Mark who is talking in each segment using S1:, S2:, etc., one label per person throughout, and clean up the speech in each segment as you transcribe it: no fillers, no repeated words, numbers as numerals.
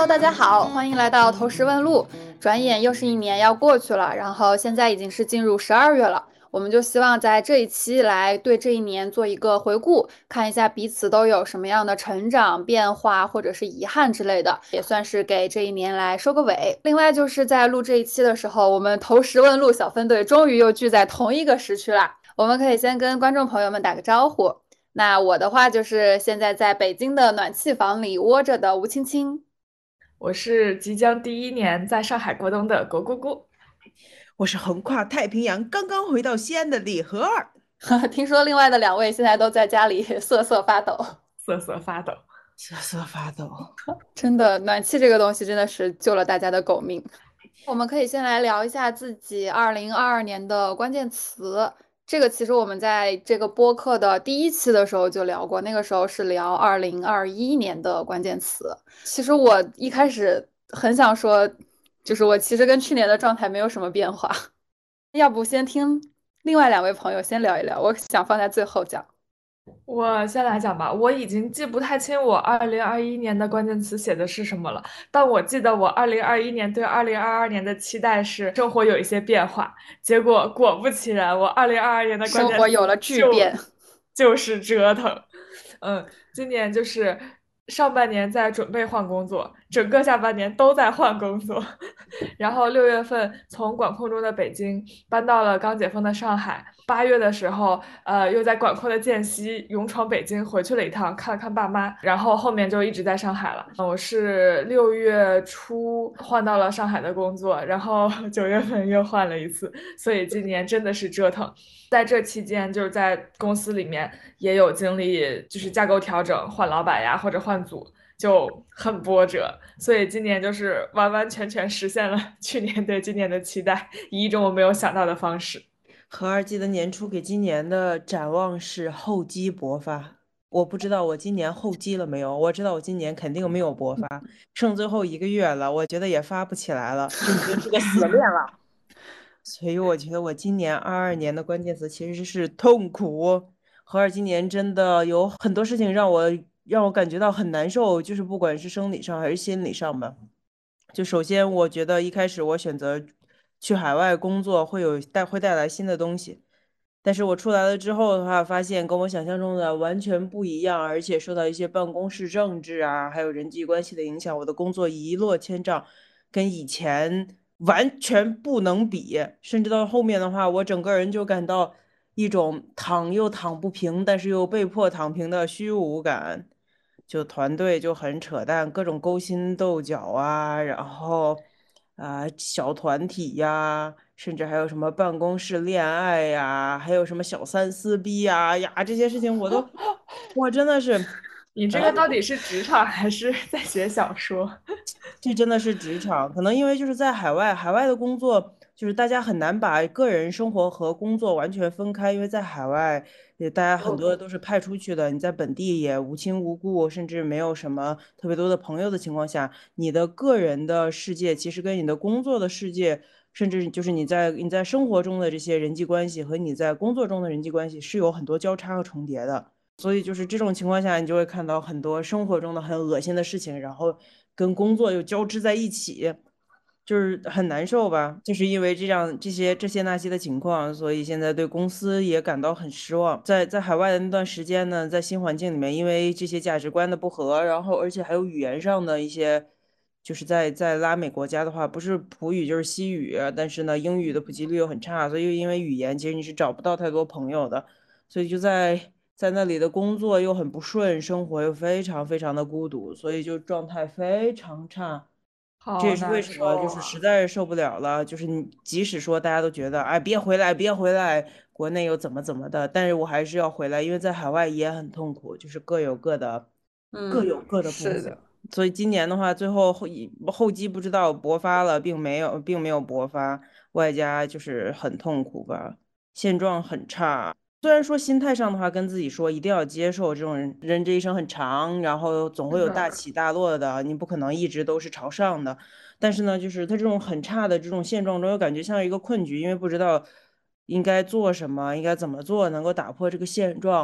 S1: 大家好，欢迎来到投石问路。转眼又是一年要过去了，然后现在已经是进入12月了，我们就希望在这一期来对这一年做一个回顾，看一下彼此都有什么样的成长、变化或者是遗憾之类的，也算是给这一年来收个尾。另外就是在录这一期的时候，我们投石问路小分队终于又聚在同一个时区啦。我们可以先跟观众朋友们打个招呼。那我的话就是现在在北京的暖气房里窝着的吴青青。
S2: 我是即将第一年在上海过冬的果果果，
S3: 我是横跨太平洋刚刚回到西安的李和二，
S1: 听说另外的2位现在都在家里瑟瑟发抖。
S2: 瑟瑟发抖。
S3: 瑟瑟发抖。
S1: 真的，暖气这个东西真的是救了大家的狗命。我们可以先来聊一下自己2022年的关键词。这个其实我们在这个播客的第一期的时候就聊过，那个时候是聊2021年的关键词。其实我一开始很想说，就是我其实跟去年的状态没有什么变化。要不先听另外2位朋友先聊一聊，我想放在最后讲。
S2: 我先来讲吧，我已经记不太清我2021年的关键词写的是什么了，但我记得我2021年对2022年的期待是生活有一些变化，结果果不其然，我2022年的关键词
S1: 生活有了巨
S2: 就
S1: 变。
S2: 就是折腾。今年就是上半年在准备换工作，整个下半年都在换工作。然后6月份从管控中的北京搬到了刚解封的上海，8月的时候，又在管控的间隙勇闯北京回去了一趟，看了看爸妈，然后后面就一直在上海了。我是6月初换到了上海的工作，然后9月份又换了一次，所以今年真的是折腾。在这期间，就是在公司里面也有经历，就是架构调整、换老板呀，或者换组，就很波折。所以今年就是完完全全实现了去年对今年的期待，以一种我没有想到的方式。
S3: 和二记得年初给今年的展望是厚积薄发。我不知道我今年厚积了没有，我知道我今年肯定没有薄发，剩最后1个月了，我觉得也发不起来了，这已经是个死链了。所以我觉得我今年22年的关键词其实是痛苦。和二今年真的有很多事情让我感觉到很难受，就是不管是生理上还是心理上吧。就首先，我觉得一开始我选择去海外工作会带来新的东西，但是我出来了之后的话，发现跟我想象中的完全不一样，而且受到一些办公室政治啊，还有人际关系的影响，我的工作一落千丈，跟以前完全不能比，甚至到后面的话，我整个人就感到一种躺又躺不平，但是又被迫躺平的虚无感。就团队就很扯淡，各种勾心斗角啊，然后小团体呀，甚至还有什么办公室恋爱呀，还有什么小三撕逼呀，这些事情我真的是。
S2: 你这个到底是职场还是在写小说？
S3: 这真的是职场，可能因为就是在海外，海外的工作就是大家很难把个人生活和工作完全分开，因为在海外，也大家很多都是派出去的，你在本地也无亲无故，甚至没有什么特别多的朋友的情况下，你的个人的世界其实跟你的工作的世界，甚至就是你在生活中的这些人际关系和你在工作中的人际关系是有很多交叉和重叠的。所以就是这种情况下，你就会看到很多生活中的很恶心的事情，然后跟工作又交织在一起，就是很难受吧。就是因为这些那些的情况，所以现在对公司也感到很失望。在海外的那段时间呢，在新环境里面，因为这些价值观的不合，然后而且还有语言上的一些，就是在拉美国家的话，不是普语就是西语，但是呢，英语的普及率又很差，所以因为语言，其实你是找不到太多朋友的。所以就在那里的工作又很不顺，生活又非常非常的孤独，所以就状态非常差。这也是为
S2: 好难
S3: 什么就是实
S2: 受啊！
S3: 在是受不了了。就是你即使说大家都觉得哎别回来别回来，国内又怎么怎么的，但是我还是要回来，因为在海外也很痛苦，就是各有
S1: 嗯，
S3: 各的风险。
S1: 是的。
S3: 所以今年的话，最后后期不知道勃发了，并没有勃发，外加就是很痛苦吧，现状很差。虽然说心态上的话，跟自己说一定要接受这种人这一生很长，然后总会有大
S2: 是的，
S3: 起大落的，你不可能一直都是朝上的。但是呢，就是他这种很差的这种现状中，又感觉像一个困局，因为不知道应该做什么，应该怎么做能够打破这个现状。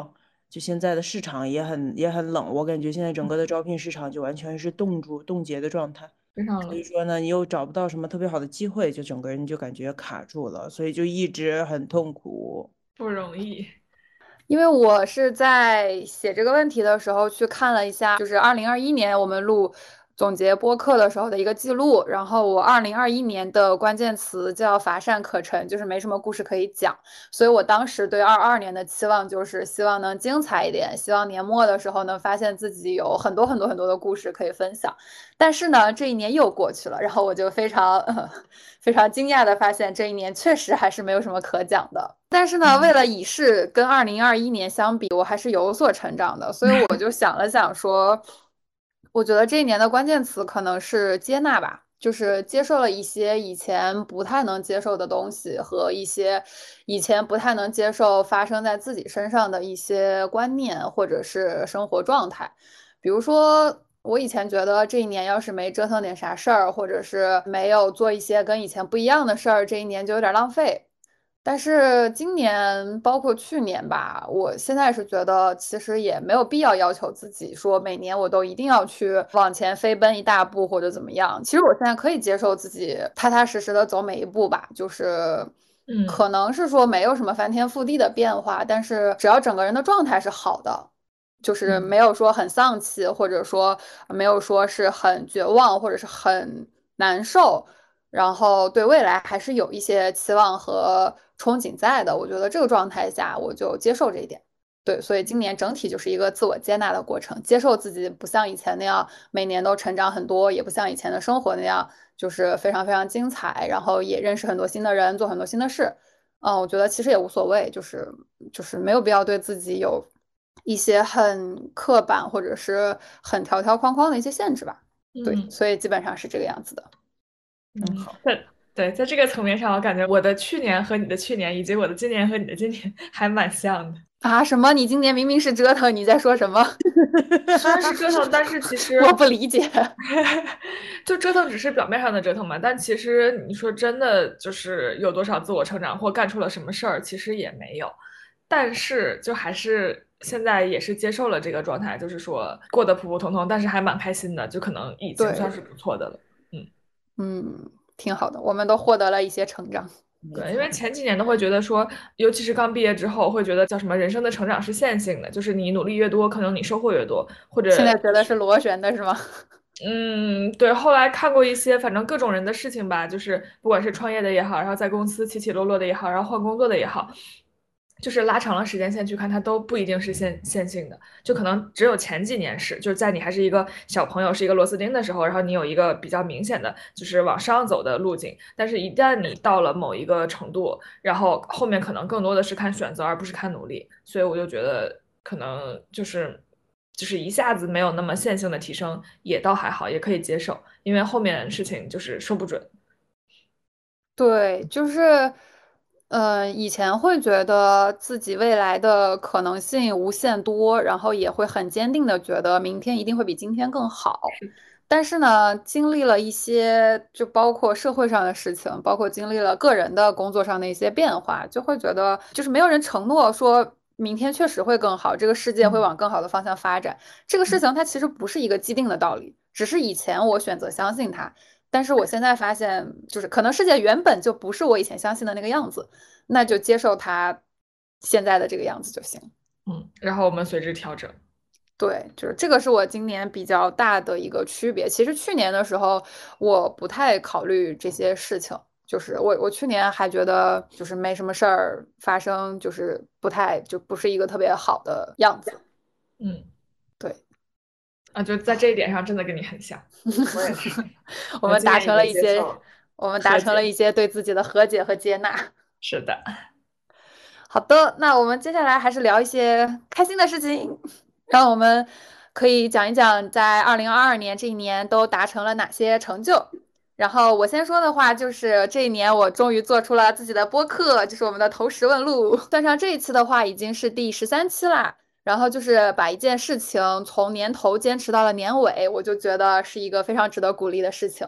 S3: 就现在的市场也很冷，我感觉现在整个的招聘市场就完全是冻结的状态。
S2: 非常冷，
S3: 所以说呢，你又找不到什么特别好的机会，就整个人就感觉卡住了，所以就一直很痛苦。
S2: 不容易。
S1: 因为我是在写这个问题的时候去看了一下，就是2021年我们录总结播客的时候的一个记录，然后我2021年的关键词叫乏善可陈，就是没什么故事可以讲，所以我当时对22年的期望就是希望能精彩一点，希望年末的时候能发现自己有很多很多很多的故事可以分享。但是呢，这一年又过去了，然后我就非常非常惊讶的发现，这一年确实还是没有什么可讲的。但是呢，为了以示跟2021年相比，我还是有所成长的，所以我就想了想说，我觉得这一年的关键词可能是接纳吧，就是接受了一些以前不太能接受的东西和一些以前不太能接受发生在自己身上的一些观念或者是生活状态。比如说，我以前觉得这一年要是没折腾点啥事儿，或者是没有做一些跟以前不一样的事儿，这一年就有点浪费。但是今年，包括去年吧，我现在是觉得其实也没有必要要求自己说每年我都一定要去往前飞奔一大步或者怎么样。其实我现在可以接受自己踏踏实实的走每一步吧，就是可能是说没有什么翻天覆地的变化，但是只要整个人的状态是好的。就是没有说很丧气，或者说没有说是很绝望，或者是很难受，然后对未来还是有一些期望和憧憬在的。我觉得这个状态下，我就接受这一点。对，所以今年整体就是一个自我接纳的过程，接受自己不像以前那样每年都成长很多，也不像以前的生活那样就是非常非常精彩，然后也认识很多新的人，做很多新的事。我觉得其实也无所谓，就是没有必要对自己有一些很刻板或者是很条条框框的一些限制吧。对，所以基本上是这个样子的。
S3: 真好。
S2: 对，在这个层面上，我感觉我的去年和你的去年，以及我的今年和你的今年还蛮像的。
S1: 啊，什么？你今年明明是折腾，你在说什么？
S2: 虽然是折腾，但是其实
S1: 我不理解。
S2: 就折腾只是表面上的折腾嘛，但其实你说真的，就是有多少自我成长或干出了什么事儿，其实也没有。但是就还是现在也是接受了这个状态，就是说过得普普通通，但是还蛮开心的，就可能已经算
S1: 对，
S2: 是不错的了。
S1: 挺好的，我们都获得了一些成长。
S2: 对，因为
S3: 没错。
S2: 前几年都会觉得说，尤其是刚毕业之后，会觉得叫什么人生的成长是线性的，就是你努力越多，可能你收获越多，或者
S1: 现在觉得是螺旋的是吗？
S2: 嗯，对，后来看过一些反正各种人的事情吧，就是不管是创业的也好，然后在公司起起落落的也好，然后换工作的也好，就是拉长了时间线去看，它都不一定是线性的，就可能只有前几年是，就是在你还是一个小朋友，是一个螺丝钉的时候，然后你有一个比较明显的就是往上走的路径，但是一旦你到了某一个程度，然后后面可能更多的是看选择，而不是看努力，所以我就觉得可能就是一下子没有那么线性的提升，也倒还好，也可以接受，因为后面事情就是说不准。
S1: 对，就是，以前会觉得自己未来的可能性无限多，然后也会很坚定的觉得明天一定会比今天更好。但是呢，经历了一些，就包括社会上的事情，包括经历了个人的工作上的一些变化，就会觉得，就是没有人承诺说明天确实会更好，这个世界会
S2: 嗯
S1: 往更好的方向发展。这个事情它其实不是一个既定的道理，只是以前我选择相信它。但是我现在发现，就是可能世界原本就不是我以前相信的那个样子，那就接受它现在的这个样子就行。
S2: 然后我们随之调整。
S1: 对，就是这个是我今年比较大的一个区别。其实去年的时候，我不太考虑这些事情，就是我去年还觉得就是没什么事儿发生，就是不是一个特别好的样子。
S2: 嗯
S1: 对，
S2: 啊，就在这一点上真的跟你很像，我也是。
S1: 我
S2: 我
S1: 们达成了
S2: 今年已经
S1: 一些，
S2: 接受
S1: 我们达
S2: 和解。
S1: 成了一些对自己的和解和接纳。
S2: 是的。
S1: 好的，那我们接下来还是聊一些开心的事情，让我们可以讲一讲在2022年这一年都达成了哪些成就。然后我先说的话，就是这一年我终于做出了自己的播客，就是我们的投石问路。算上这一期的话，已经是第13期啦。然后就是把一件事情从年头坚持到了年尾，我就觉得是一个非常值得鼓励的事情。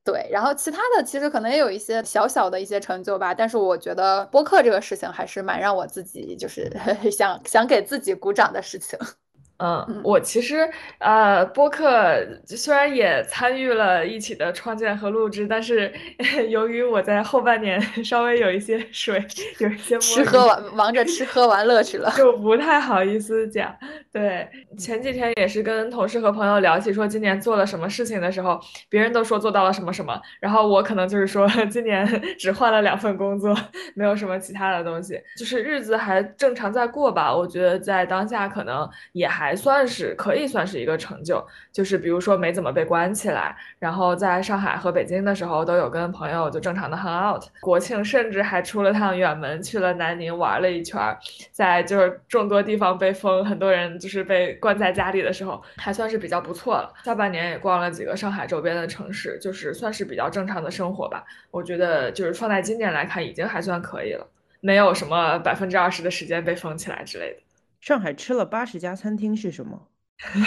S1: 对，然后其他的其实可能也有一些小小的一些成就吧，但是我觉得播客这个事情还是蛮让我自己就是想给自己鼓掌的事情。嗯，
S2: 我其实播客虽然也参与了一起的创建和录制，但是由于我在后半年稍微有一些水，有一些摸鱼，
S1: 忙着吃喝玩乐去了。
S2: 就不太好意思讲。对，前几天也是跟同事和朋友聊起说今年做了什么事情的时候，别人都说做到了什么什么，然后我可能就是说今年只换了2份工作，没有什么其他的东西，就是日子还正常在过吧。我觉得在当下可能也还算是可以算是一个成就，就是比如说没怎么被关起来，然后在上海和北京的时候都有跟朋友就正常的 hang out，国庆甚至还出了趟远门，去了南宁玩了一圈儿，在就是众多地方被封，很多人就是被关在家里的时候，还算是比较不错了。下半年也逛了几个上海周边的城市，就是算是比较正常的生活吧。我觉得就是放在今年来看，已经还算可以了，没有什么20%的时间被封起来之类的。
S3: 上海吃了80家餐厅是什么？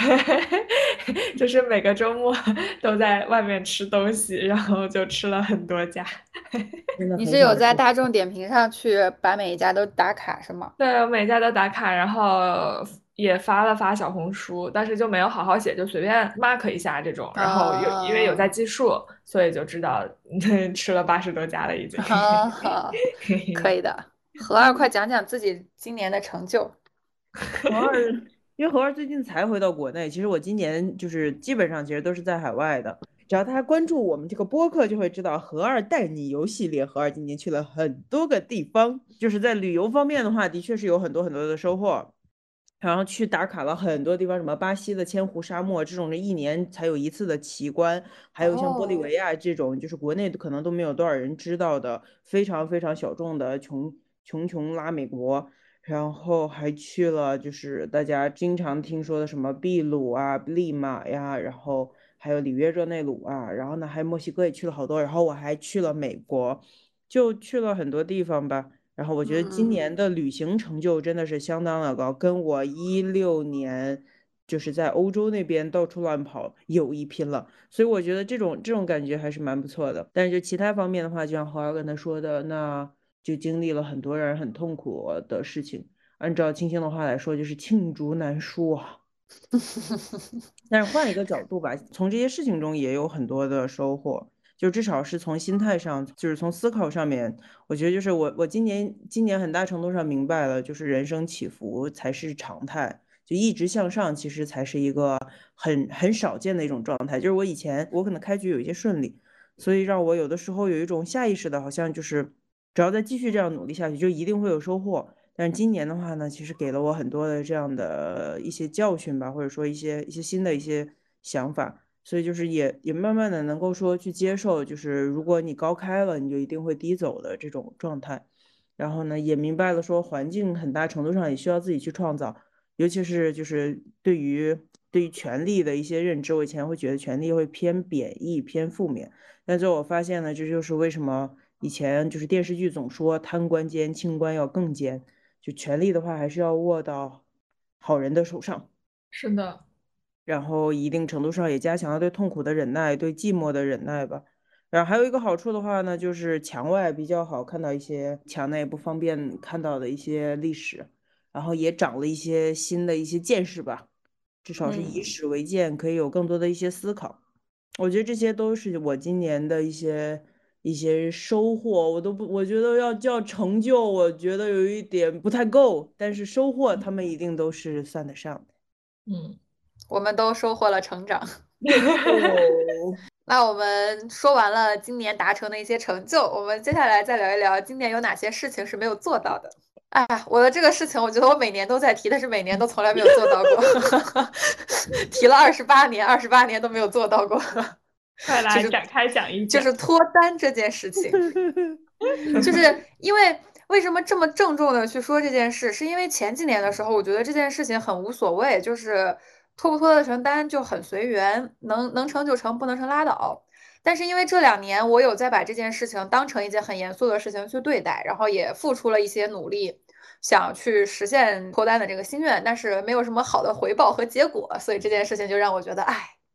S2: 就是每个周末都在外面吃东西，然后就吃了很多家。
S3: 真的
S1: 你是有
S3: 很少见。
S1: 在大众点评上去把每一家都打卡是吗？
S2: 对，我每家都打卡，然后也发了发小红书，但是就没有好好写，就随便 mark 一下这种。然后因为有在
S1: 啊，
S2: 计数，所以就知道吃了80多家了已经。
S1: 好，可以的。何二，快讲讲自己今年的成就。
S3: 何二，因为何二最近才回到国内，其实我今年就是基本上其实都是在海外的。只要大家关注我们这个播客，就会知道何二带你游系列，何二今年去了很多个地方，就是在旅游方面的话，的确是有很多很多的收获。然后去打卡了很多地方，什么巴西的千湖沙漠这种的1年才有一次的奇观，还有像玻利维
S1: 哦，
S3: 亚这种，就是国内可能都没有多少人知道的非常非常小众的穷拉美国。然后还去了就是大家经常听说的什么秘鲁啊、利马呀，然后还有里约热内卢啊，然后呢还有墨西哥也去了好多，然后我还去了美国，就去了很多地方吧。然后我觉得今
S1: 嗯，
S3: 年的旅行成就真的是相当的高，跟我16年就是在欧洲那边到处乱跑有一拼了。所以我觉得这种感觉还是蛮不错的。但是就其他方面的话，就像何尔刚才说的，那就经历了很多人很痛苦的事情。按照青青的话来说，就是罄竹难书啊。但是换一个角度吧，从这些事情中也有很多的收获，就至少是从心态上，就是从思考上面，我觉得就是我今年很大程度上明白了，就是人生起伏才是常态，就一直向上其实才是一个很少见的一种状态。就是我以前我可能开局有一些顺利，所以让我有的时候有一种下意识的，好像就是只要再继续这样努力下去，就一定会有收获。但是今年的话呢，其实给了我很多的这样的一些教训吧，或者说一些新的一些想法，所以就是也慢慢的能够说去接受，就是如果你高开了，你就一定会低走的这种状态。然后呢，也明白了说环境很大程度上也需要自己去创造，尤其是就是对于权力的一些认知，我以前会觉得权力会偏贬义、偏负面，但最后我发现呢，这就是为什么以前就是电视剧总说贪官奸，清官要更奸。就权力的话，还是要握到好人的手上，
S2: 是的，
S3: 然后一定程度上也加强了对痛苦的忍耐，对寂寞的忍耐吧。然后还有一个好处的话呢，就是墙外比较好看到一些墙内不方便看到的一些历史，然后也长了一些新的一些见识吧，至少是以
S1: 嗯。
S3: 史为鉴，可以有更多的一些思考。我觉得这些都是我今年的一些收获，我都不，我觉得要叫成就，我觉得有一点不太够，但是收获他们一定都是算得上的。
S2: 嗯。
S1: 我们都收获了成长。
S3: 哦，
S1: 那我们说完了今年达成的一些成就，我们接下来再聊一聊今年有哪些事情是没有做到的。哎呀，我的这个事情，我觉得我每年都在提，但是每年都从来没有做到过。提了28年，28年都没有做到过。
S2: 快
S1: 就是
S2: 来展开讲一讲。
S1: 就是脱单这件事情。就是因为为什么这么郑重的去说这件事，是因为前几年的时候，我觉得这件事情很无所谓，就是脱不脱得成单就很随缘，能成就成，不能成拉倒。但是因为这2年我有在把这件事情当成一件很严肃的事情去对待，然后也付出了一些努力，想去实现脱单的这个心愿，但是没有什么好的回报和结果，所以这件事情就让我觉得，哎，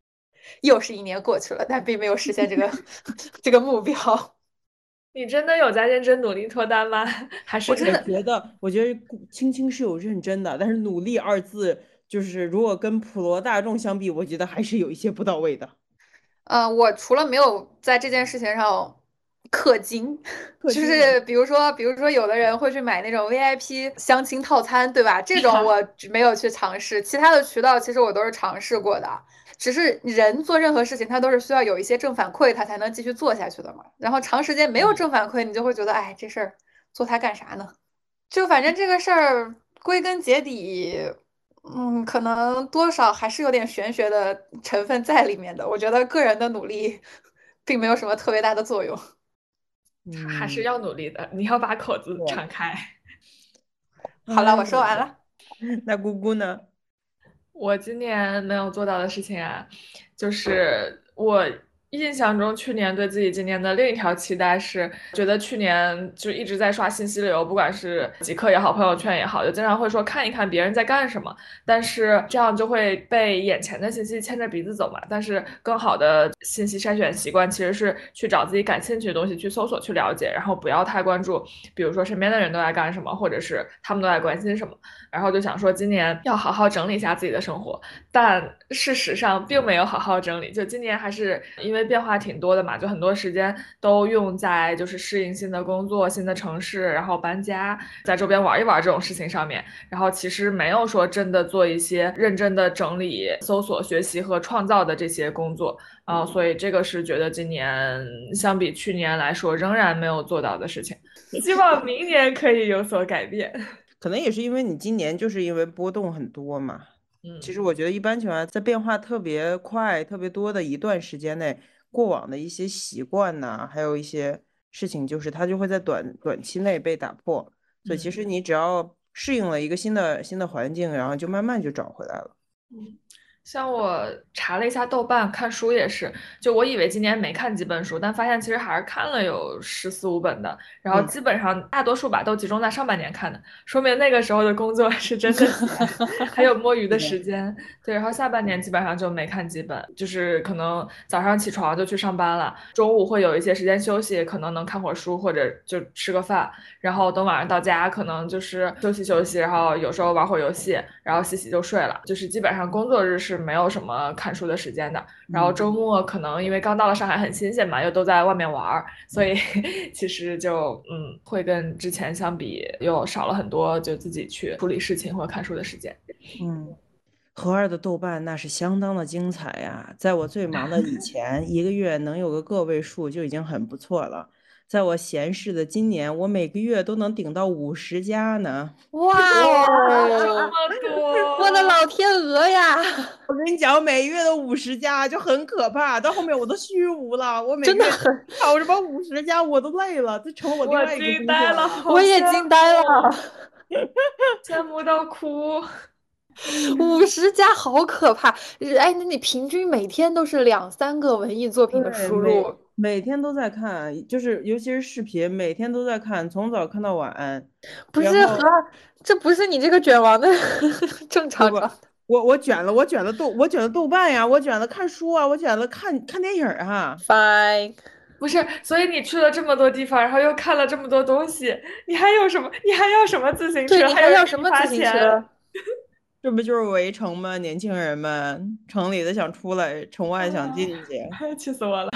S1: 又是一年过去了，但并没有实现这个这个目标。
S2: 你真的有在认真努力脱单吗？还是
S3: 我
S1: 我真的
S3: 觉得青青是有认真的，但是努力二字就是如果跟普罗大众相比，我觉得还是有一些不到位的。
S1: 我除了没有在这件事情上氪金，就
S3: 氪金了，
S1: 是比如说有的人会去买那种 VIP 相亲套餐，对吧？这种我没有去尝试，其他的渠道其实我都是尝试过的。只是人做任何事情，他都是需要有一些正反馈，他才能继续做下去的嘛。然后长时间没有正反馈，你就会觉得，哎，这事儿做它干啥呢？就反正这个事儿归根结底，可能多少还是有点玄学的成分在里面的。我觉得个人的努力并没有什么特别大的作用。
S2: 还是
S3: 嗯，
S2: 要努力的，你要把口子
S3: 对，
S2: 敞开。
S1: 好了，
S3: 哎，
S1: 我说完了。
S3: 那姑姑呢？
S2: 我今年没有做到的事情啊，就是我印象中去年对自己今年的另一条期待是，觉得去年就一直在刷信息流，不管是极客也好，朋友圈也好，就经常会说看一看别人在干什么，但是这样就会被眼前的信息牵着鼻子走嘛。但是更好的信息筛选习惯其实是去找自己感兴趣的东西去搜索去了解，然后不要太关注，比如说身边的人都在干什么，或者是他们都在关心什么。然后就想说今年要好好整理一下自己的生活，但事实上并没有好好整理。就今年还是因为变化挺多的嘛，就很多时间都用在就是适应新的工作、新的城市，然后搬家，在周边玩一玩这种事情上面。然后其实没有说真的做一些认真的整理、搜索、学习和创造的这些工作。所以这个是觉得今年相比去年来说仍然没有做到的事情，希望明年可以有所改变。
S3: 可能也是因为你今年就是因为波动很多嘛。其实
S2: 嗯。
S3: 我觉得一般情况下，在变化特别快、特别多的一段时间内，过往的一些习惯呐，还有一些事情，就是它就会在短期内被打破。所以其实
S2: 嗯
S3: 你只要适应了一个新的环境，然后就慢慢就找回来了。
S2: 嗯，像我查了一下豆瓣，看书也是，就我以为今年没看几本书，但发现其实还是看了有14、15本的，然后
S3: 嗯，
S2: 基本上大多数吧都集中在上半年看的，说明那个时候的工作是真的闲，还有摸鱼的
S3: 是的，
S2: 时间。对，然后下半年基本上就没看几本，就是可能早上起床就去上班了，中午会有一些时间休息，可能能看会儿书或者就吃个饭，然后等晚上到家，可能就是休息休息，然后有时候玩会儿游戏，然后洗洗就睡了。就是基本上工作日是没有什么看书的时间的。然后
S3: 嗯。
S2: 周末可能因为刚到了上海很新鲜嘛，又都在外面玩儿，所以其实就会跟之前相比又少了很多，就自己去处理事情或者看书的时间。
S3: 嗯，和二的豆瓣那是相当的精彩呀！在我最忙的以前，一个月能有个个位数就已经很不错了。在我闲适的今年，我每个月都能顶到50加呢。
S1: 哇
S2: 哇，这
S1: 哦，
S2: 么
S1: 我的
S2: 多！
S1: 老天鹅呀，
S3: 我跟你讲，每月的50加就很可怕，到后面我都虚无了。我每
S1: 真
S3: 个月
S1: 的很，
S3: 跑什么50加，我都累了，这成了我另
S2: 我
S3: 外一个工
S2: 惊呆了，
S3: 作了。
S1: 我也
S2: 好羡
S1: 惊呆了。
S2: 慕，羡慕到哭。
S1: 50加好可怕！哎，那你平均每天都是2、3个文艺作品的
S3: 对，
S1: 输入，
S3: 每天都在看，就是尤其是视频，每天都在看，从早看到晚。
S1: 不是和
S3: 然后
S1: 这不是你这个卷王的正
S3: 不不，
S1: 常状态。
S3: 我卷了豆瓣呀，我卷了看书啊，我卷了看电影儿啊。
S1: Fine，
S2: 不是，所以你去了这么多地方，然后又看了这么多东西，你还有什么？你还要什么自行车？
S1: 对你还
S2: 还有人
S1: 要什么自
S2: 给你发钱？
S1: 行车？
S3: 这不就是围城吗？年轻人们，城里的想出来，城外想
S2: 啊，
S3: 进去。
S2: 气死我了！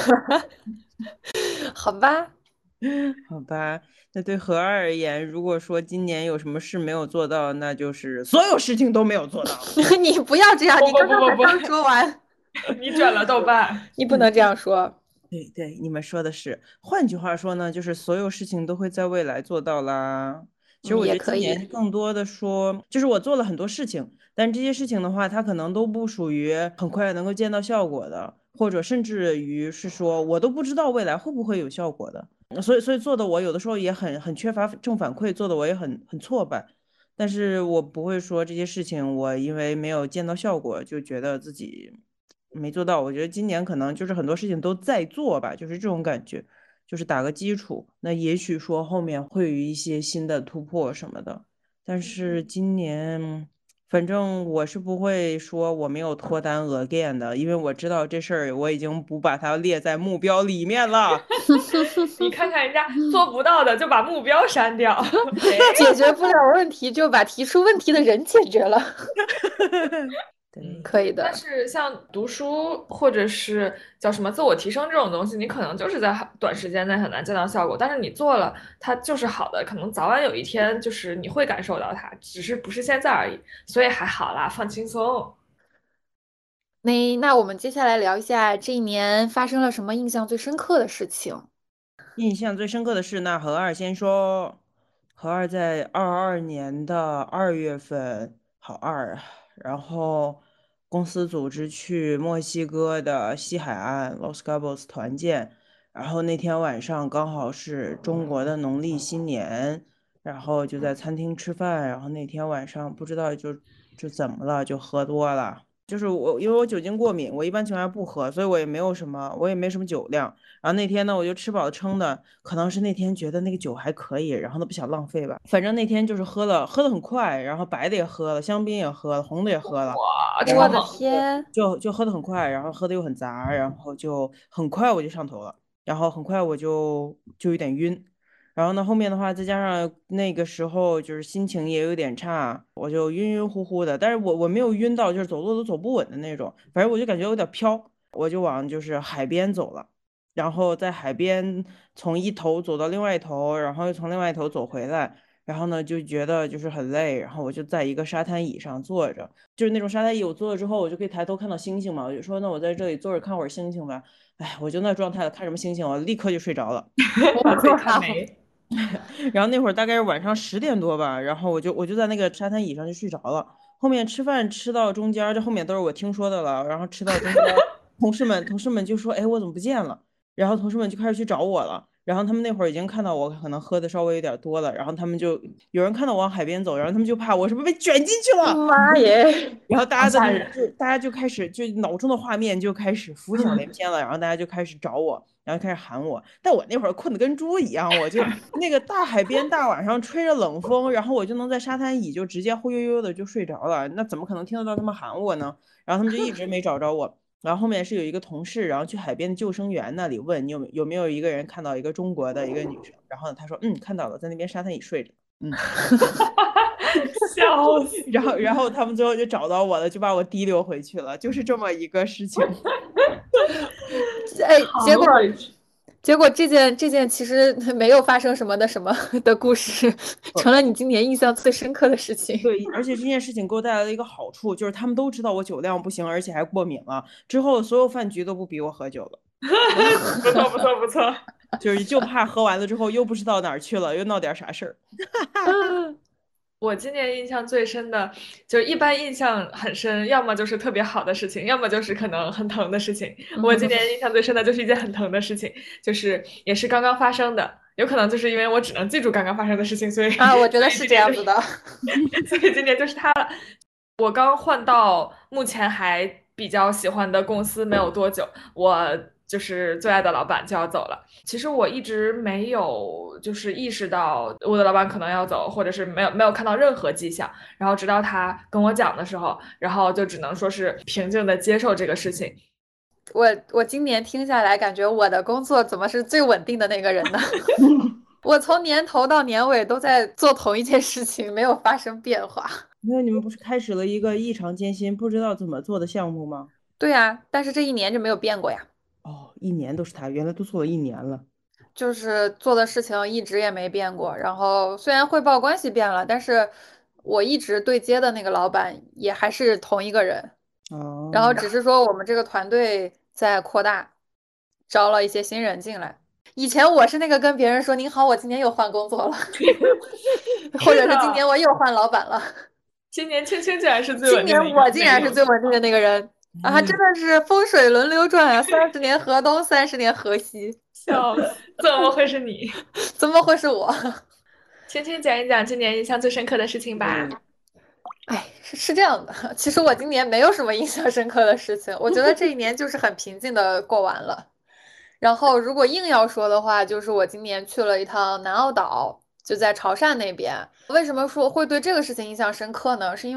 S1: 好吧，
S3: 好吧，那对何二而言，如果说今年有什么事没有做到，那就是所有事情都没有做到。
S1: 你不要这样，
S2: 不
S1: 你刚刚还
S2: 不不不
S1: 刚说完，
S2: 不，你转了豆瓣。
S1: 你不能这样说。
S3: 对对，你们说的是，换句话说呢，就是所有事情都会在未来做到啦。其实我觉得今
S1: 也可以。
S3: 年更多的说，就是我做了很多事情，但这些事情的话，它可能都不属于很快能够见到效果的，或者甚至于是说我都不知道未来会不会有效果的。所以做的我有的时候也很缺乏正反馈，做的我也很挫败。但是我不会说这些事情，我因为没有见到效果，就觉得自己没做到。我觉得今年可能就是很多事情都在做吧，就是这种感觉，就是打个基础。那也许说后面会有一些新的突破什么的，但是今年反正我是不会说我没有脱单 again 的，因为我知道这事儿我已经不把它列在目标里面了。
S2: 你看看人家做不到的就把目标删掉。
S1: 解决不了问题就把提出问题的人解决了。
S3: 对，
S1: 可以的。
S2: 但是像读书或者是叫什么自我提升这种东西，你可能就是在短时间内很难见到效果，但是你做了，它就是好的，可能早晚有一天就是你会感受到它，只是不是现在而已，所以还好啦，放轻松。
S1: 那我们接下来聊一下这一年发生了什么印象最深刻的事情。
S3: 印象最深刻的是，那何二先说，何二在22年的2月份，好二啊，然后公司组织去墨西哥的西海岸 Los Cabos 团建，然后那天晚上刚好是中国的农历新年，然后就在餐厅吃饭，然后那天晚上不知道就怎么了，就喝多了。就是我，因为我酒精过敏，我一般情况下不喝，所以我也没有什么，我也没什么酒量。然后那天呢，我就吃饱撑的，可能是那天觉得那个酒还可以，然后都不想浪费吧。反正那天就是喝的很快，然后白的也喝了，香槟也喝了，红的也喝了，
S2: 哇，
S1: 我的
S2: 超猛！
S1: 天，
S3: 就喝的很快，然后喝的又很杂，然后就很快我就上头了，然后很快我就有点晕。然后呢，后面的话再加上那个时候就是心情也有点差，我就晕晕乎乎的，但是我没有晕到就是走路都走不稳的那种，反正我就感觉有点飘，我就往就是海边走了。然后在海边从一头走到另外一头，然后又从另外一头走回来，然后呢就觉得就是很累，然后我就在一个沙滩椅上坐着，就是那种沙滩椅，我坐了之后我就可以抬头看到星星嘛，我就说那我在这里坐着看会儿星星吧，哎，我就那状态了，看什么星星，我立刻就睡着了。
S2: 把自己看没。
S3: 然后那会儿大概是晚上10点多吧，然后我就在那个沙滩椅上就睡着了。后面吃饭吃到中间这后面都是我听说的了。然后吃到中间同事们就说：“哎，我怎么不见了？”然后同事们就开始去找我了。然后他们那会儿已经看到我可能喝的稍微有点多了，然后他们就有人看到我往海边走，然后他们就怕我是不是被卷进去了。
S1: 妈耶！
S3: 然后
S2: 吓人。
S3: 大家就开始就脑中的画面就开始浮想联翩了，然后大家就开始找我，然后开始喊我。但我那会儿困得跟猪一样，我就那个大海边大晚上吹着冷风，然后我就能在沙滩椅就直接忽悠悠的就睡着了，那怎么可能听得到他们喊我呢？然后他们就一直没找着我。然后后面是有一个同事，然后去海边的救生员那里问你有没有一个人看到一个中国的一个女生，然后呢他说看到了，在那边沙滩椅睡着。
S2: 笑死！
S3: 然后他们最后就找到我了，就把我提溜回去了，就是这么一个事情。
S1: 哎，结果
S2: 扛了一局。
S1: 结果这件其实没有发生什么的什么的故事，成了你今年印象最深刻的事情。
S3: 对，而且这件事情给我带来了一个好处，就是他们都知道我酒量不行，而且还过敏了。之后所有饭局都不逼我喝酒了，
S2: 不错不错不错。
S3: 就怕喝完了之后又不知道哪儿去了，又闹点啥事儿。
S2: 我今年印象最深的，就是一般印象很深，要么就是特别好的事情，要么就是可能很疼的事情。我今年印象最深的就是一件很疼的事情，就是也是刚刚发生的，有可能就是因为我只能记住刚刚发生的事情，所以
S1: 啊，我觉得
S2: 所以
S1: 是
S2: 今年就是，
S1: 这样子的。
S2: 所以今年就是它了。我刚换到目前还比较喜欢的公司没有多久，我就是最爱的老板就要走了。其实我一直没有就是意识到我的老板可能要走，或者是没有看到任何迹象。然后直到他跟我讲的时候，然后就只能说是平静的接受这个事情。
S1: 我今年听下来，感觉我的工作怎么是最稳定的那个人呢？我从年头到年尾都在做同一件事情，没有发生变化。
S3: 因为你们不是开始了一个异常艰辛、不知道怎么做的项目吗？
S1: 对呀，但是这一年就没有变过呀，
S3: 哦，一年都是他，原来都做了一年了。
S1: 就是做的事情一直也没变过。然后虽然汇报关系变了，但是我一直对接的那个老板也还是同一个人。然后
S3: 哦，
S1: 只是说我们这个团队在扩大，招了一些新人进来。以前我是那个跟别人说您好，我今年又换工作了，或
S2: 是的，
S1: 者是今年我又换老板了。
S2: 今年青青竟然是最
S1: 今年
S2: 稳定的一个
S1: 我竟然是
S2: 那个人。
S1: 最稳定的那个人啊，还真
S3: 哎，
S1: 的是风水轮流转啊，30年河东，30年河西，
S2: 笑死，怎么会是你？
S1: 怎么会是我？
S2: 青青讲一讲今年印象最深刻的事情吧。
S1: 哎，是这样的，其实我今年没有什么印象深刻的事情，我觉得这一年就是很平静的过完了。然后如果硬要说的话，就是我今年去了一趟南澳岛，就在潮汕那边。为什么说会对这个事情印象深刻呢？是因为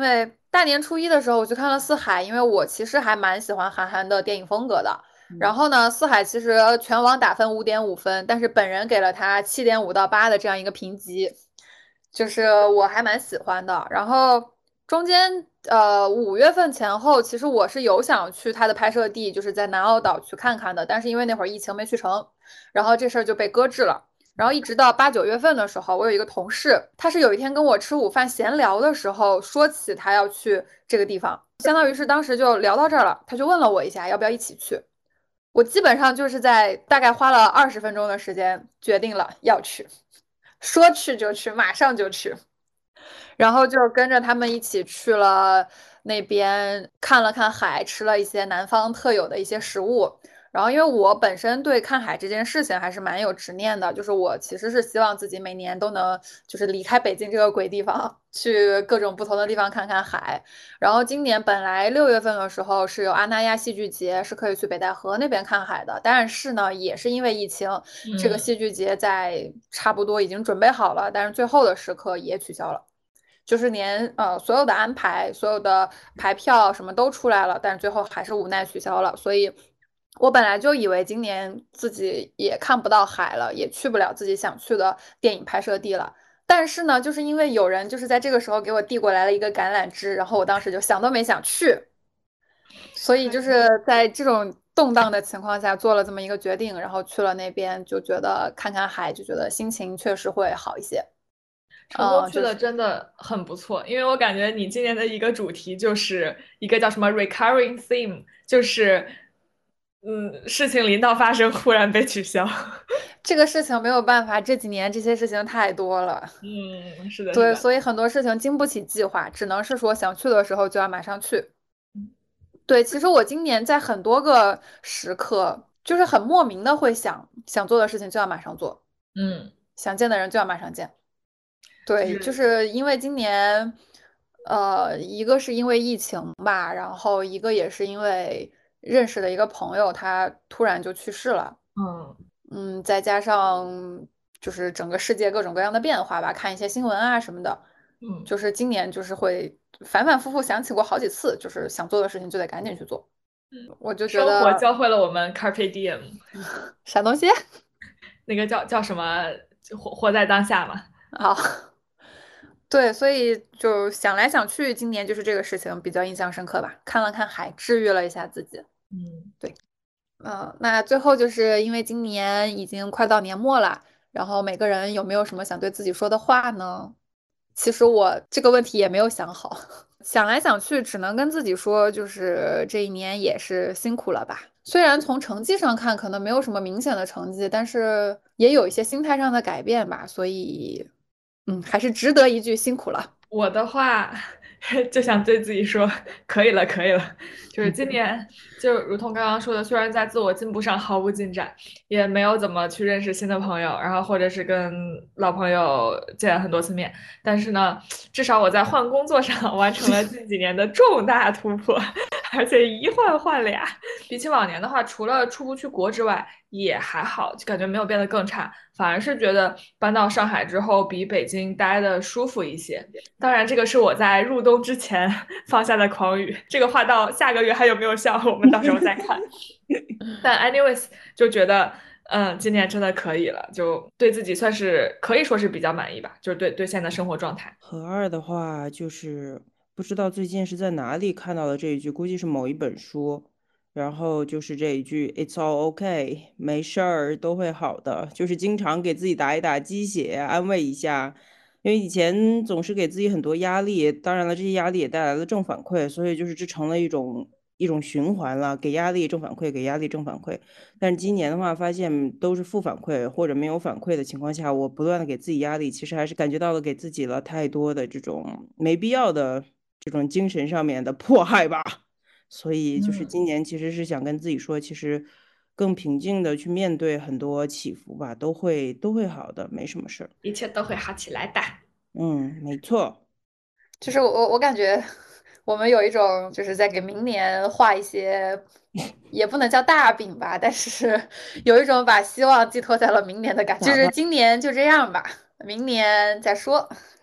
S1: 大年初一的时候我去看了《四海》，因为我其实还蛮喜欢韩寒的电影风格的。然后呢，《四海》其实全网打分5.5分，但是本人给了他7.5到8的这样一个评级，就是我还蛮喜欢的。然后中间5月份前后，其实我是有想去他的拍摄地，就是在南澳岛去看看的，但是因为那会儿疫情没去成，然后这事儿就被搁置了。然后一直到8、9月份的时候，我有一个同事，他是有一天跟我吃午饭闲聊的时候说起他要去这个地方，相当于是当时就聊到这儿了，他就问了我一下要不要一起去。我基本上就是在大概花了20分钟的时间决定了要去，说去就去，马上就去。然后就跟着他们一起去了那边，看了看海，吃了一些南方特有的一些食物。然后，因为我本身对看海这件事情还是蛮有执念的，就是我其实是希望自己每年都能就是离开北京这个鬼地方，去各种不同的地方看看海。然后今年本来6月份的时候是有阿那亚戏剧节，是可以去北戴河那边看海的，但是呢，也是因为疫情，这个戏剧节在差不多已经准备好了，但是最后的时刻也取消了。就是连所有的安排、所有的排票什么都出来了，但是最后还是无奈取消了。所以，我本来就以为今年自己也看不到海了，也去不了自己想去的电影拍摄地了。但是呢，就是因为有人就是在这个时候给我递过来了一个橄榄枝，然后我当时就想都没想去，所以就是在这种动荡的情况下做了这么一个决定，然后去了那边，就觉得看看海，就觉得心情确实会好一些。
S2: 成功去
S1: 就是
S2: 的真的很不错，因为我感觉你今年的一个主题就是一个叫什么 recurring theme，就是事情临到发生，忽然被取消。
S1: 这个事情没有办法，这几年这些事情太多了。
S2: 嗯，是的，是
S1: 对，
S2: 的。
S1: 所以很多事情经不起计划，只能是说想去的时候就要马上去。对，其实我今年在很多个时刻，就是很莫名的会想做的事情就要马上做，
S2: 嗯，
S1: 想见的人就要马上见。对，就
S2: 就是
S1: 是因为今年，一个是因为疫情吧，然后一个也是因为认识的一个朋友，他突然就去世了。
S2: 嗯
S1: 再加上就是整个世界各种各样的变化吧，看一些新闻啊什么的，
S2: 嗯，
S1: 就是今年就是会反反复复想起过好几次，就是想做的事情就得赶紧去做。我就觉
S2: 生活
S1: 得
S2: 教会了我们 carpe diem，
S1: 啥东西
S2: 那个叫什么，就活在当下嘛。
S1: 啊？对，所以就想来想去，今年就是这个事情比较印象深刻吧。看了看海，治愈了一下自己。
S2: 嗯，
S1: 对。那最后就是因为今年已经快到年末了，然后每个人有没有什么想对自己说的话呢？其实我这个问题也没有想好，想来想去，只能跟自己说，就是这一年也是辛苦了吧。虽然从成绩上看可能没有什么明显的成绩，但是也有一些心态上的改变吧，所以，还是值得一句辛苦了。
S2: 我的话就想对自己说，可以了，可以了。就是今年，就如同刚刚说的，虽然在自我进步上毫无进展，也没有怎么去认识新的朋友，然后或者是跟老朋友见很多次面，但是呢，至少我在换工作上完成了近几年的重大突破，而且一换换俩。比起往年的话，除了出不去国之外，也还好，就感觉没有变得更差，反而是觉得搬到上海之后比北京待的舒服一些。当然，这个是我在入冬之前放下的狂语，这个话到下个月还有没有效，我们到时候再看。但 anyways，就觉得今年真的可以了，就对自己算是可以说是比较满意吧，就是对现在的生活状态。
S3: 和二的话就是不知道最近是在哪里看到的这一句，估计是某一本书，然后就是这一句 "It's all okay"，没事儿都会好的，就是经常给自己打一打鸡血，安慰一下。因为以前总是给自己很多压力，当然了，这些压力也带来了正反馈，所以就是这成了一种循环了，给压力正反馈，给压力正反馈。但是今年的话，发现都是负反馈或者没有反馈的情况下，我不断的给自己压力，其实还是感觉到了给自己了太多的这种没必要的这种精神上面的迫害吧。所以就是今年其实是想跟自己说，其实更平静的去面对很多起伏吧，都会好的，没什么事儿。
S2: 一切都会好起来的。
S3: 没错。
S1: 就是我感觉我们有一种就是在给明年画一些，也不能叫大饼吧，但是有一种把希望寄托在了明年的感觉，就是今年就这样吧，明年再说。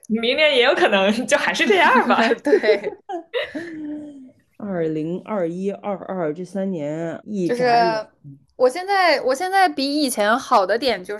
S2: 明年也有可能就还是这样吧。
S1: 对，
S3: 2021、22这3年一
S1: 就是
S3: 眨眼
S1: 我现在比以前好的点就是，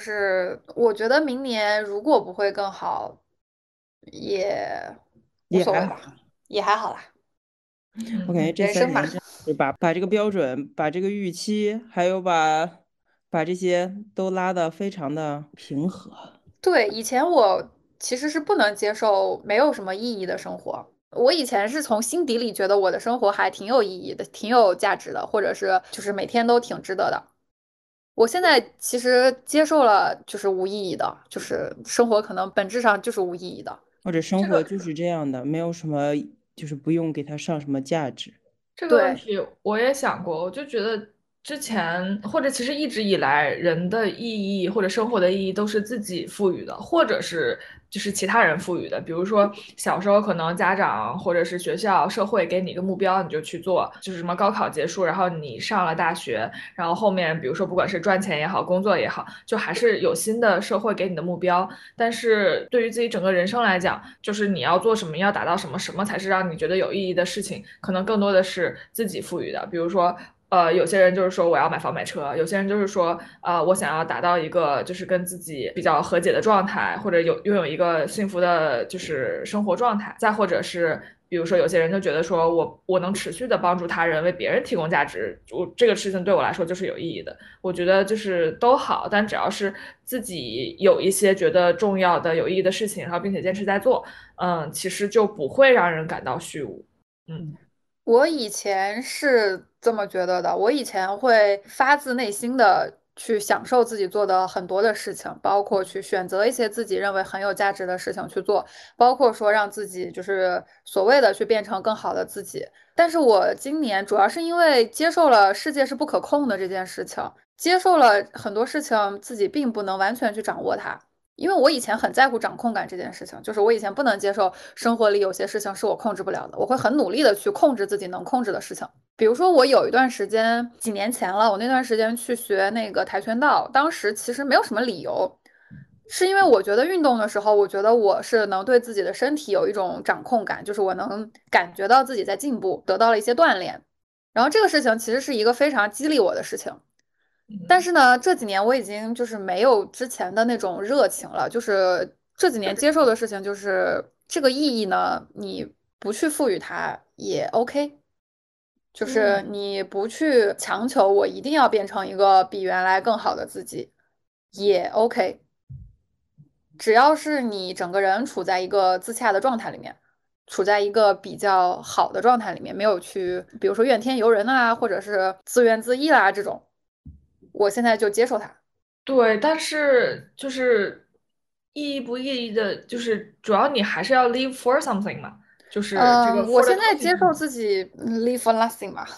S1: 我觉得明年如果不会更好，也无
S3: 也还好。
S1: 所谓吧，也还好啦，
S2: 嗯，
S3: 我感觉这
S1: 人生嘛。
S3: 三年真是把这个标准、把这个预期，还有把这些都拉得非常的平和。
S1: 对，以前我其实是不能接受没有什么意义的生活。我以前是从心底里觉得我的生活还挺有意义的，挺有价值的，或者是就是每天都挺值得的。我现在其实接受了就是无意义的，就是生活可能本质上就是无意义的。
S3: 或者生
S2: 这个
S3: 活就是这样的，没有什么，就是不用给它上什么价值。
S2: 这个问
S1: 对，
S2: 题我也想过，我就觉得之前或者其实一直以来，人的意义或者生活的意义都是自己赋予的，或者是就是其他人赋予的。比如说小时候可能家长或者是学校、社会给你一个目标，你就去做，就是什么高考结束，然后你上了大学，然后后面比如说不管是赚钱也好，工作也好，就还是有新的社会给你的目标。但是对于自己整个人生来讲，就是你要做什么，要达到什么，什么才是让你觉得有意义的事情，可能更多的是自己赋予的。比如说，有些人就是说我要买房买车，有些人就是说，我想要达到一个就是跟自己比较和解的状态，或者拥有一个幸福的，就是生活状态。再或者是，比如说有些人就觉得说我能持续的帮助他人，为别人提供价值，这个事情对我来说就是有意义的。我觉得就是都好，但只要是自己有一些觉得重要的、有意义的事情，然后并且坚持在做，其实就不会让人感到虚无。嗯
S1: 我以前是这么觉得的，我以前会发自内心的去享受自己做的很多的事情，包括去选择一些自己认为很有价值的事情去做，包括说让自己就是所谓的去变成更好的自己。但是我今年主要是因为接受了世界是不可控的这件事情，接受了很多事情自己并不能完全去掌握它。因为我以前很在乎掌控感这件事情，就是我以前不能接受生活里有些事情是我控制不了的，我会很努力的去控制自己能控制的事情。比如说，我有一段时间，几年前了，我那段时间去学那个跆拳道，当时其实没有什么理由，是因为我觉得运动的时候，我觉得我是能对自己的身体有一种掌控感，就是我能感觉到自己在进步，得到了一些锻炼。然后这个事情其实是一个非常激励我的事情。但
S2: 嗯，
S1: 是呢，这几年我已经就是没有之前的那种热情了，就是这几年接受的事情就是这个意义呢，你不去赋予它也 OK，就是
S2: 嗯
S1: 你不去强求我一定要变成一个比原来更好的自己也 OK，只要是你整个人处在一个自洽的状态里面，处在一个比较好的状态里面，没有去比如说怨天尤人啊，或者是自怨自艾啦这种，我现在就接受它。
S2: 对，但是就是意义不意义的，就是主要你还是要 live for something 嘛，就是这个
S1: 我
S2: for 的
S1: 现在接
S2: 东西是什么？
S1: 受自己live for nothing 吧，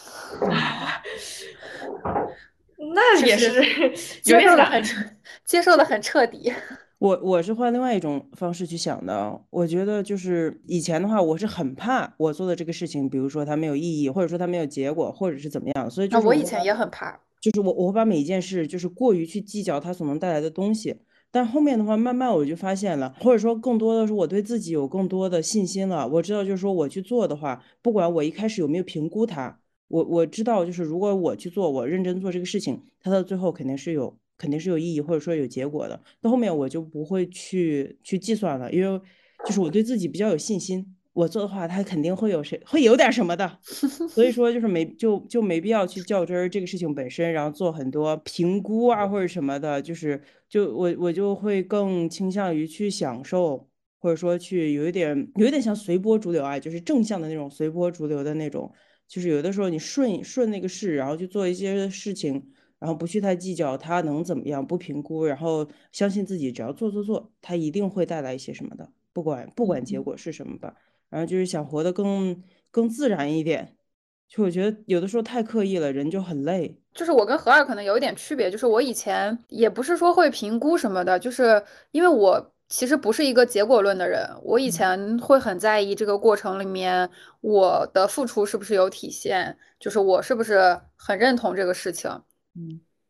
S2: 那也是
S1: 就是
S2: 有
S1: 接
S2: 点难。
S1: 受的很彻，接受的很彻底。
S3: 我是换另外一种方式去想的啊，我觉得就是以前的话，我是很怕我做的这个事情，比如说它没有意义，或者说它没有结果，或者是怎么样，所以
S1: 那
S3: 就是我会把，
S1: 我以前也很怕，
S3: 就是我会把每一件事就是过于去计较它所能带来的东西，但后面的话，慢慢我就发现了，或者说更多的是我对自己有更多的信心了，我知道就是说我去做的话，不管我一开始有没有评估它。我知道，就是如果我去做，我认真做这个事情，它到最后肯定是有意义，或者说有结果的。到后面我就不会去计算了，因为就是我对自己比较有信心，我做的话，它肯定会有点什么的。所以说就是没必要去较真儿这个事情本身，然后做很多评估啊或者什么的，我就会更倾向于去享受，或者说去有一点像随波逐流啊，就是正向的那种随波逐流的那种，就是有的时候你顺那个势，然后去做一些事情，然后不去太计较它能怎么样，不评估，然后相信自己，只要做，它一定会带来一些什么的，不管结果是什么吧。然后就是想活得更自然一点。就我觉得有的时候太刻意了，人就很累。
S1: 就是我跟何二可能有一点区别，就是我以前也不是说会评估什么的，就是因为我其实不是一个结果论的人，我以前会很在意这个过程里面我的付出是不是有体现，就是我是不是很认同这个事情。
S3: 嗯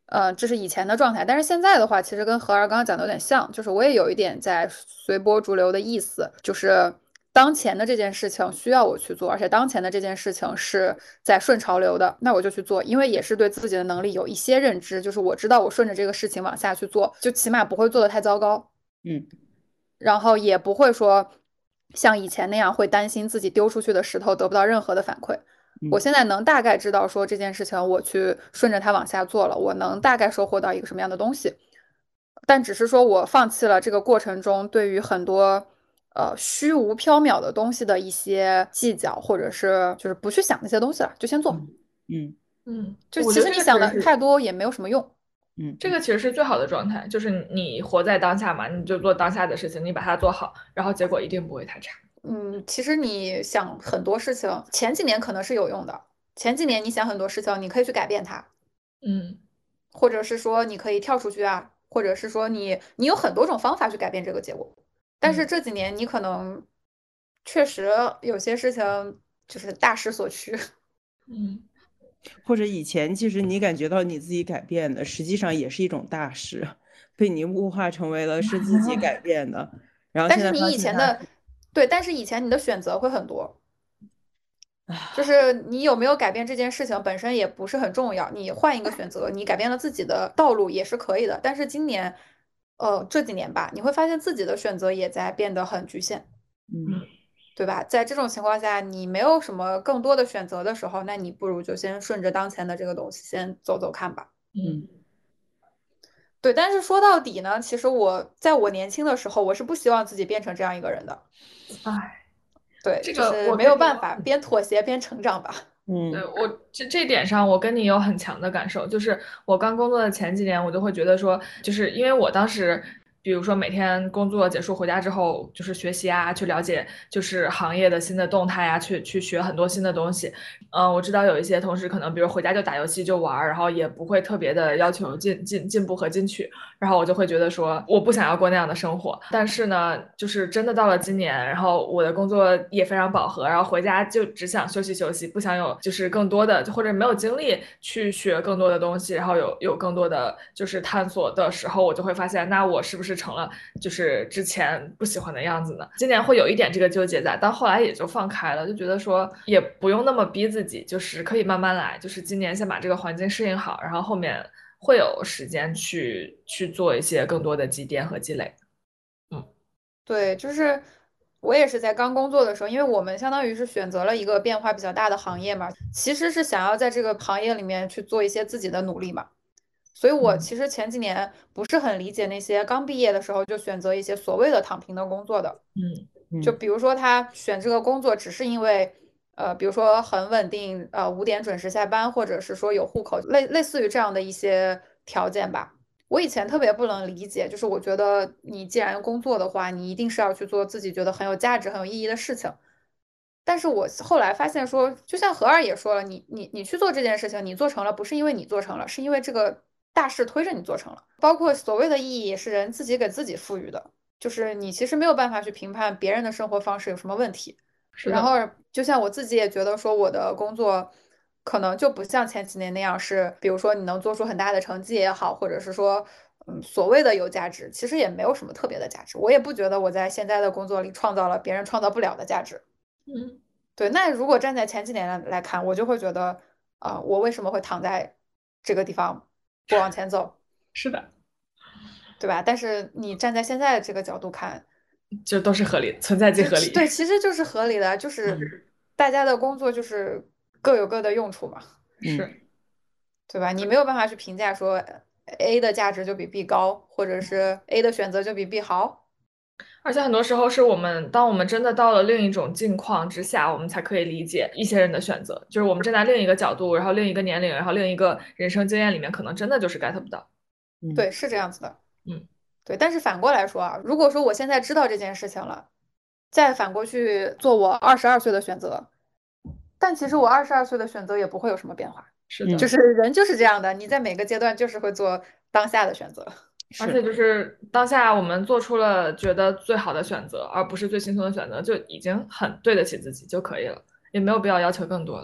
S1: 这是以前的状态，但是现在的话，其实跟何儿刚刚讲的有点像，就是我也有一点在随波逐流的意思，就是当前的这件事情需要我去做，而且当前的这件事情是在顺潮流的，那我就去做，因为也是对自己的能力有一些认知，就是我知道我顺着这个事情往下去做，就起码不会做得太糟糕，
S3: 嗯
S1: 然后也不会说像以前那样会担心自己丢出去的石头得不到任何的反馈。我
S3: 嗯
S1: 现在能大概知道说这件事情我去顺着它往下做了，我能大概收获到一个什么样的东西，但只是说我放弃了这个过程中对于很多虚无缥缈的东西的一些计较，或者是就是不去想那些东西了，就先做。
S3: 嗯嗯
S1: 就其
S2: 我觉得这
S1: 实你想的
S2: 个其实是
S1: 太多也没有什么用。
S3: 嗯
S2: 这个其实是最好的状态，就是你活在当下嘛，你就做当下的事情，你把它做好，然后结果一定不会太差。
S1: 其实你想很多事情，前几年可能是有用的，前几年你想很多事情，你可以去改变它。
S2: 嗯
S1: 或者是说你可以跳出去啊，或者是说你有很多种方法去改变这个结果。但是
S2: 嗯
S1: 这几年你可能确实有些事情就是大势所趋。
S2: 嗯，
S3: 或者以前其实你感觉到你自己改变的，实际上也是一种大事，被你物化成为了是自己改变的，然后现在
S1: 但是你以
S3: 发现它是，
S1: 前的，对，但是以前你的选择会很多，就
S3: 啊，
S1: 是你有没有改变这件事情本身也不是很重要，你换一个选择，你改变了自己的道路也是可以的。但是今年，这几年吧，你会发现自己的选择也在变得很局限。
S3: 嗯
S1: 对吧？在这种情况下，你没有什么更多的选择的时候，那你不如就先顺着当前的这个东西先走走看吧。
S3: 嗯
S1: 对，但是说到底呢，其实我在我年轻的时候，我是不希望自己变成这样一个人的。
S2: 哎，
S1: 对，
S2: 这
S1: 就是没
S2: 个我跟你
S1: 有办法，边妥协边成长吧。
S3: 嗯
S2: 对，我这点上，我跟你有很强的感受，就是我刚工作的前几年，我就会觉得说，就是因为我当时，比如说每天工作结束回家之后，就是学习啊，去了解就是行业的新的动态啊，去学很多新的东西。我知道有一些同事可能，比如回家就打游戏就玩儿，然后也不会特别的要求进步和进取，然后我就会觉得说，我不想要过那样的生活。但是呢，就是真的到了今年，然后我的工作也非常饱和，然后回家就只想休息休息，不想有就是更多的，或者没有精力去学更多的东西，然后有更多的就是探索的时候，我就会发现，那我是不是成了就是之前不喜欢的样子呢？今年会有一点这个纠结在，但后来也就放开了，就觉得说也不用那么逼自己，就是可以慢慢来，就是今年先把这个环境适应好，然后后面会有时间去做一些更多的积淀和积累。嗯
S1: 对，就是我也是在刚工作的时候，因为我们相当于是选择了一个变化比较大的行业嘛，其实是想要在这个行业里面去做一些自己的努力嘛。所以我
S2: 嗯
S1: 其实前几年不是很理解那些刚毕业的时候就选择一些所谓的躺平的工作的，
S2: 嗯
S1: 就
S3: 嗯
S1: 比如说他选这个工作只是因为，比如说很稳定，5点准时下班，或者是说有户口，类似于这样的一些条件吧。我以前特别不能理解，就是我觉得你既然工作的话，你一定是要去做自己觉得很有价值、很有意义的事情。但是我后来发现说，就像何二也说了，你去做这件事情，你做成了，不是因为你做成了，是因为这个大势推着你做成了。包括所谓的意义，也是人自己给自己赋予的，就是你其实没有办法去评判别人的生活方式有什么问题。
S2: 是的，
S1: 然后就像我自己也觉得说，我的工作可能就不像前几年那样是，比如说你能做出很大的成绩也好，或者是说，所谓的有价值，其实也没有什么特别的价值。我也不觉得我在现在的工作里创造了别人创造不了的价值。
S2: 嗯
S1: 对，那如果站在前几年来看，我就会觉得，我为什么会躺在这个地方不往前走，
S2: 是的，
S1: 对吧？但是你站在现在这个角度看，
S2: 就都是合理，存在即合理。
S1: 对，其实就是合理的，就是
S3: 嗯
S1: 大家的工作就是各有各的用处嘛，
S3: 嗯
S2: 是。
S1: 对吧？你没有办法去评价说 A 的价值就比 B 高，或者是 A 的选择就比 B 好。
S2: 而且很多时候是我们，当我们真的到了另一种境况之下，我们才可以理解一些人的选择。就是我们站在另一个角度，然后另一个年龄，然后另一个人生经验里面，可能真的就是 get 不到。
S3: 嗯
S1: 对，是这样子的。
S2: 嗯，
S1: 对，但是反过来说啊，如果说我现在知道这件事情了，再反过去做我22岁的选择，但其实我22岁的选择也不会有什么变化，就
S2: 是的。
S3: 嗯
S1: 是人就是这样的，你在每个阶段就是会做当下的选择。
S2: 而且
S3: 是
S2: 就是当下我们做出了觉得最好的选择，而不是最轻松的选择，就已经很对得起自己就可以了，也没有必要要求更多了。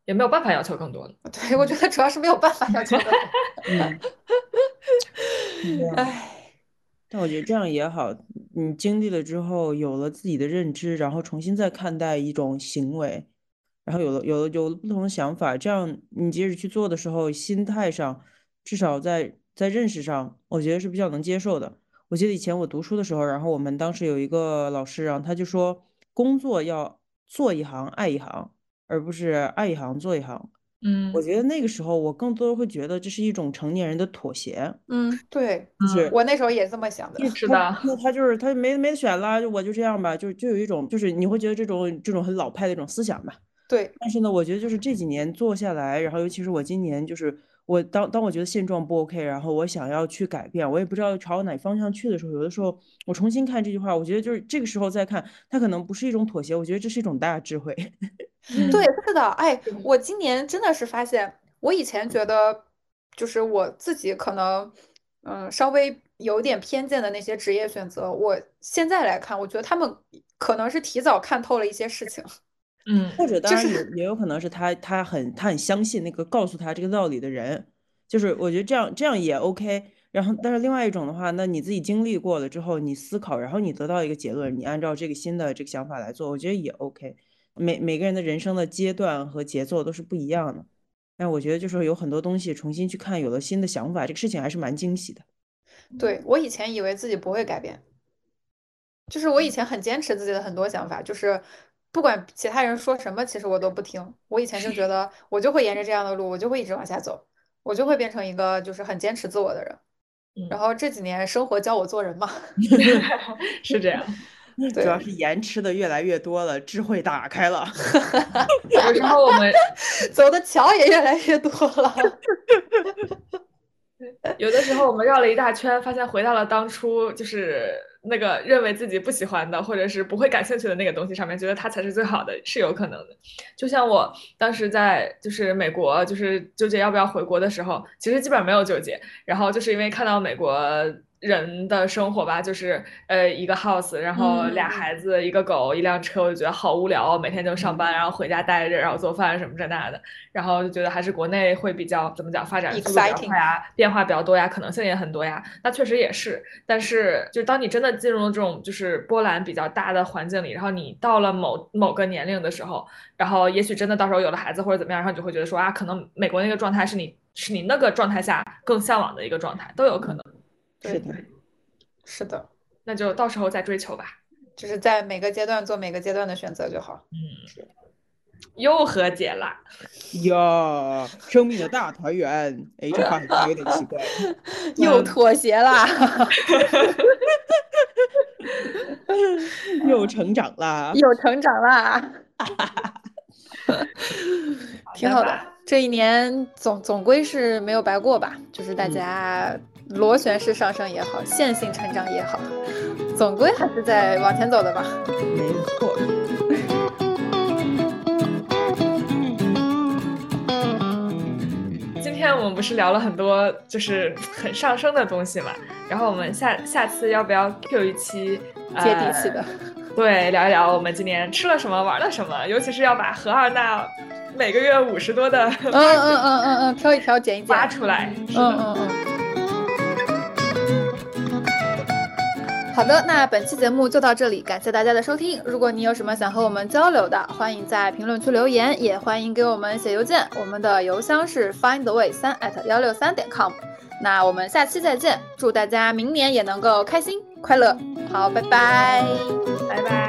S2: 也没有办法要求更多了。
S1: 对，我觉得主要是没有办法要求更多。唉。
S3: 但我觉得这样也好，你经历了之后，有了自己的认知，然后重新再看待一种行为，然后有了不同的想法，这样你即使去做的时候，心态上，至少在认识上，我觉得是比较能接受的。我记得以前我读书的时候，然后我们当时有一个老师，然后他就说，工作要做一行爱一行，而不是爱一行做一行。我觉得那个时候我更多的会觉得这是一种成年人的妥协，
S1: 对，
S3: 就是
S1: 我那时候也这么想的。
S2: 是的，
S3: 他就是他没得选了，我就这样吧，就有一种就是你会觉得这种很老派的一种思想吧。
S1: 对，
S3: 但是呢，我觉得就是这几年做下来，然后尤其是我今年就是当我觉得现状不 OK，然后我想要去改变，我也不知道朝哪方向去的时候，有的时候我重新看这句话，我觉得就是这个时候再看，它可能不是一种妥协，我觉得这是一种大智慧。
S1: 对，是的，哎，我今年真的是发现，我以前觉得就是我自己可能，稍微有点偏见的那些职业选择，我现在来看，我觉得他们可能是提早看透了一些事情。
S3: 或者当然
S1: 就是
S3: 也有可能是他很相信那个告诉他这个道理的人，就是我觉得这样也 OK。然后，但是另外一种的话，那你自己经历过了之后，你思考，然后你得到一个结论，你按照这个新的这个想法来做，我觉得也 OK。每个人的人生的阶段和节奏都是不一样的，但我觉得就是有很多东西重新去看，有了新的想法，这个事情还是蛮惊喜的。
S1: 对，我以前以为自己不会改变，就是我以前很坚持自己的很多想法，就是不管其他人说什么，其实我都不听。我以前就觉得我就会沿着这样的路，我就会一直往下走，我就会变成一个就是很坚持自我的人。然后这几年生活教我做人嘛。
S2: 是这样。
S3: 主要
S1: 对，
S3: 是盐吃的越来越多了，智慧打开了。
S2: 有时候我们
S1: 走的桥也越来越多了。
S2: 有的时候我们绕了一大圈，发现回到了当初就是那个认为自己不喜欢的或者是不会感兴趣的那个东西上面，觉得它才是最好的，是有可能的。就像我当时在就是美国，就是纠结要不要回国的时候，其实基本上没有纠结，然后就是因为看到美国人的生活吧，就是一个 house，然后俩孩子，一个狗，一辆车，我就觉得好无聊，每天就上班，然后回家待着，然后做饭什么这那的，然后就觉得还是国内会比较怎么讲，发展速度比较快呀，变化比较多呀，可能性也很多呀。那确实也是，但是就当你真的进入了这种就是波澜比较大的环境里，然后你到了某个年龄的时候，然后也许真的到时候有了孩子或者怎么样，然后你就会觉得说啊，可能美国那个状态是你那个状态下更向往的一个状态，都有可能。
S3: 是的，
S1: 是的，
S2: 那就到时候再追求吧。
S1: 就是在每个阶段做每个阶段的选择就好。
S2: 又和解了
S3: 呀，生命的大团圆。哎，这话好像有点奇怪。
S1: 又妥协啦。
S3: 又成长啦。
S1: 又成长啦。挺好的，这一年总归是没有白过吧，就是大家螺旋式上升也好，线性成长也好，总归还是在往前走的吧。
S3: 没错。
S2: 今天我们不是聊了很多就是很上升的东西嘛，然后我们下次要不要 Q 一期
S1: 接地气的？
S2: 对，聊一聊我们今年吃了什么，玩了什么，尤其是要把何二那每个月50多的
S1: 挑一挑，剪一剪，
S2: 挖出来。
S1: 好的，那本期节目就到这里，感谢大家的收听。如果你有什么想和我们交流的，欢迎在评论区留言，也欢迎给我们写邮件，我们的邮箱是 findtheway3@163.com。那我们下期再见，祝大家明年也能够开心快乐。好，拜拜，
S2: 拜拜。